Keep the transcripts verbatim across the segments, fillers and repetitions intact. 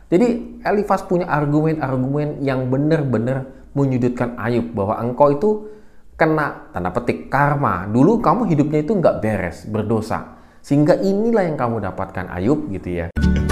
Jadi Elifas punya argumen-argumen yang benar-benar menyudutkan Ayub bahwa engkau itu kena tanda petik karma. Dulu kamu hidupnya itu nggak beres, berdosa. Sehingga inilah yang kamu dapatkan Ayub gitu ya.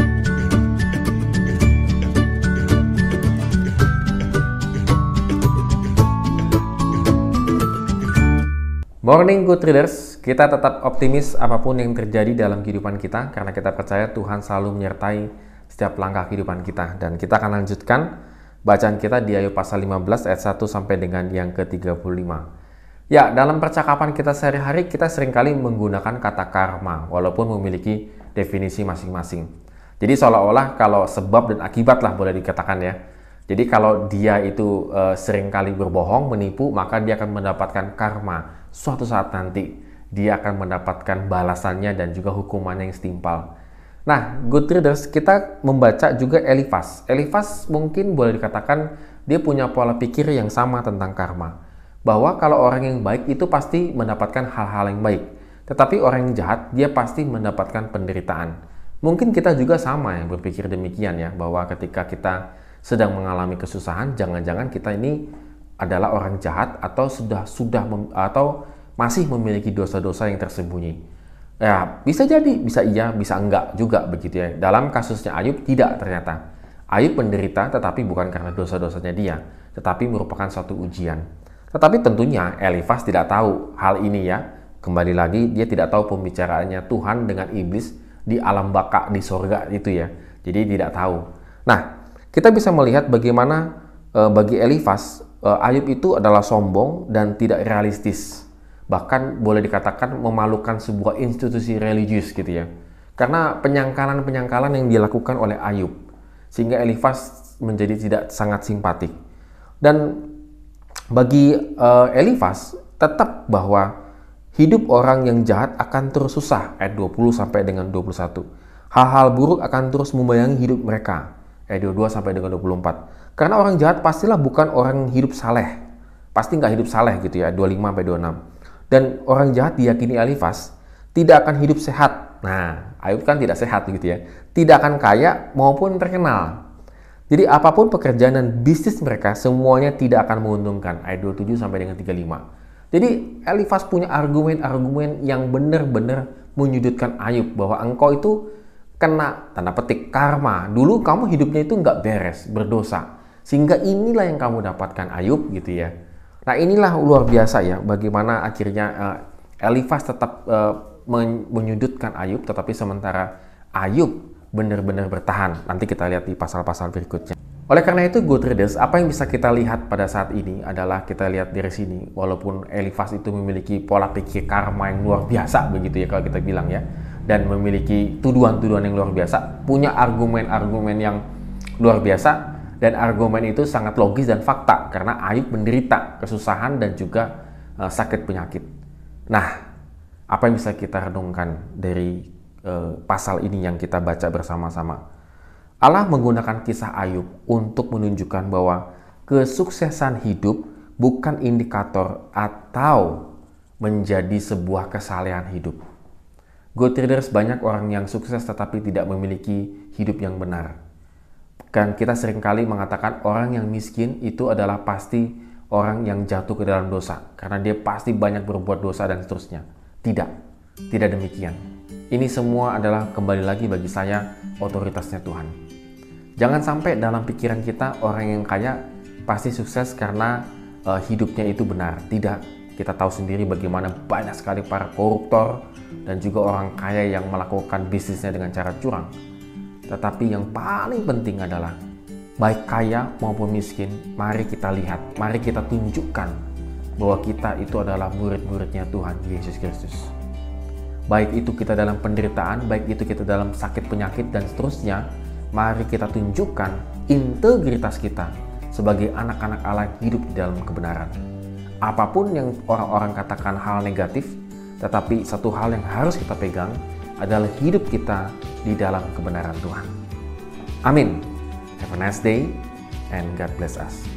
Morning good readers, kita tetap optimis apapun yang terjadi dalam kehidupan kita karena kita percaya Tuhan selalu menyertai setiap langkah kehidupan kita. Dan kita akan lanjutkan bacaan kita di Ayub pasal lima belas ayat satu sampai dengan yang ke tiga puluh lima. Ya, dalam percakapan kita sehari-hari kita seringkali menggunakan kata karma walaupun memiliki definisi masing-masing. Jadi seolah-olah kalau sebab dan akibat lah boleh dikatakan ya. Jadi kalau dia itu e, seringkali berbohong, menipu, maka dia akan mendapatkan karma. Suatu saat nanti dia akan mendapatkan balasannya dan juga hukumannya yang setimpal. Nah, good readers, kita membaca juga Elifas. Elifas mungkin boleh dikatakan dia punya pola pikir yang sama tentang karma. Bahwa kalau orang yang baik itu pasti mendapatkan hal-hal yang baik. Tetapi orang yang jahat, dia pasti mendapatkan penderitaan. Mungkin kita juga sama yang berpikir demikian ya, bahwa ketika kita sedang mengalami kesusahan, jangan-jangan kita ini adalah orang jahat atau sudah sudah mem, atau masih memiliki dosa-dosa yang tersembunyi. Ya, bisa jadi, bisa iya, bisa enggak juga begitu ya. Dalam kasusnya Ayub tidak ternyata. Ayub menderita tetapi bukan karena dosa-dosanya dia, tetapi merupakan suatu ujian. Tetapi tentunya Elifas tidak tahu hal ini ya. Kembali lagi dia tidak tahu pembicaraannya Tuhan dengan iblis di alam baka di sorga itu ya. Jadi tidak tahu. Nah, kita bisa melihat bagaimana e, bagi Elifas e, Ayub itu adalah sombong dan tidak realistis. Bahkan boleh dikatakan memalukan sebuah institusi religius gitu ya. Karena penyangkalan-penyangkalan yang dilakukan oleh Ayub. Sehingga Elifas menjadi tidak sangat simpatik. Dan bagi uh, Elifas tetap bahwa hidup orang yang jahat akan terus susah. Ayat dua puluh sampai dengan dua puluh satu. Hal-hal buruk akan terus membayangi hidup mereka. Ayat dua puluh dua sampai dengan dua puluh empat. Karena orang jahat pastilah bukan orang yang hidup saleh. Pasti nggak hidup saleh gitu ya. dua puluh lima sampai dua puluh enam. Dan orang jahat diyakini Elifas tidak akan hidup sehat. Nah, Ayub kan tidak sehat gitu ya. Tidak akan kaya maupun terkenal. Jadi apapun pekerjaan dan bisnis mereka semuanya tidak akan menguntungkan. Ayat dua puluh tujuh sampai dengan tiga puluh lima. Jadi Elifas punya argumen-argumen yang benar-benar menyudutkan Ayub bahwa engkau itu kena tanda petik karma. Dulu kamu hidupnya itu nggak beres, berdosa. Sehingga inilah yang kamu dapatkan Ayub gitu ya. Nah, inilah luar biasa ya bagaimana akhirnya uh, Elifas tetap uh, menyudutkan Ayub, tetapi sementara Ayub benar-benar bertahan. Nanti kita lihat di pasal-pasal berikutnya. Oleh karena itu, good readers, apa yang bisa kita lihat pada saat ini adalah kita lihat dari sini, walaupun Elifas itu memiliki pola pikir karma yang luar biasa begitu ya kalau kita bilang ya, dan memiliki tuduhan-tuduhan yang luar biasa, punya argumen-argumen yang luar biasa. Dan argumen itu sangat logis dan fakta karena Ayub menderita kesusahan dan juga uh, sakit penyakit. Nah, apa yang bisa kita renungkan dari uh, pasal ini yang kita baca bersama-sama? Allah menggunakan kisah Ayub untuk menunjukkan bahwa kesuksesan hidup bukan indikator atau menjadi sebuah kesalehan hidup. Good readers, banyak orang yang sukses tetapi tidak memiliki hidup yang benar. Dan kita seringkali mengatakan orang yang miskin itu adalah pasti orang yang jatuh ke dalam dosa. Karena dia pasti banyak berbuat dosa dan seterusnya. Tidak, tidak demikian. Ini semua adalah kembali lagi bagi saya otoritasnya Tuhan. Jangan sampai dalam pikiran kita orang yang kaya pasti sukses karena uh, hidupnya itu benar. Tidak, kita tahu sendiri bagaimana banyak sekali para koruptor dan juga orang kaya yang melakukan bisnisnya dengan cara curang. Tetapi yang paling penting adalah baik kaya maupun miskin, mari kita lihat, mari kita tunjukkan bahwa kita itu adalah murid-muridnya Tuhan Yesus Kristus. Baik itu kita dalam penderitaan, baik itu kita dalam sakit penyakit dan seterusnya, mari kita tunjukkan integritas kita sebagai anak-anak Allah yang hidup di dalam kebenaran. Apapun yang orang-orang katakan hal negatif, tetapi satu hal yang harus kita pegang adalah hidup kita di dalam kebenaran Tuhan. Amin. Have a nice day and God bless us.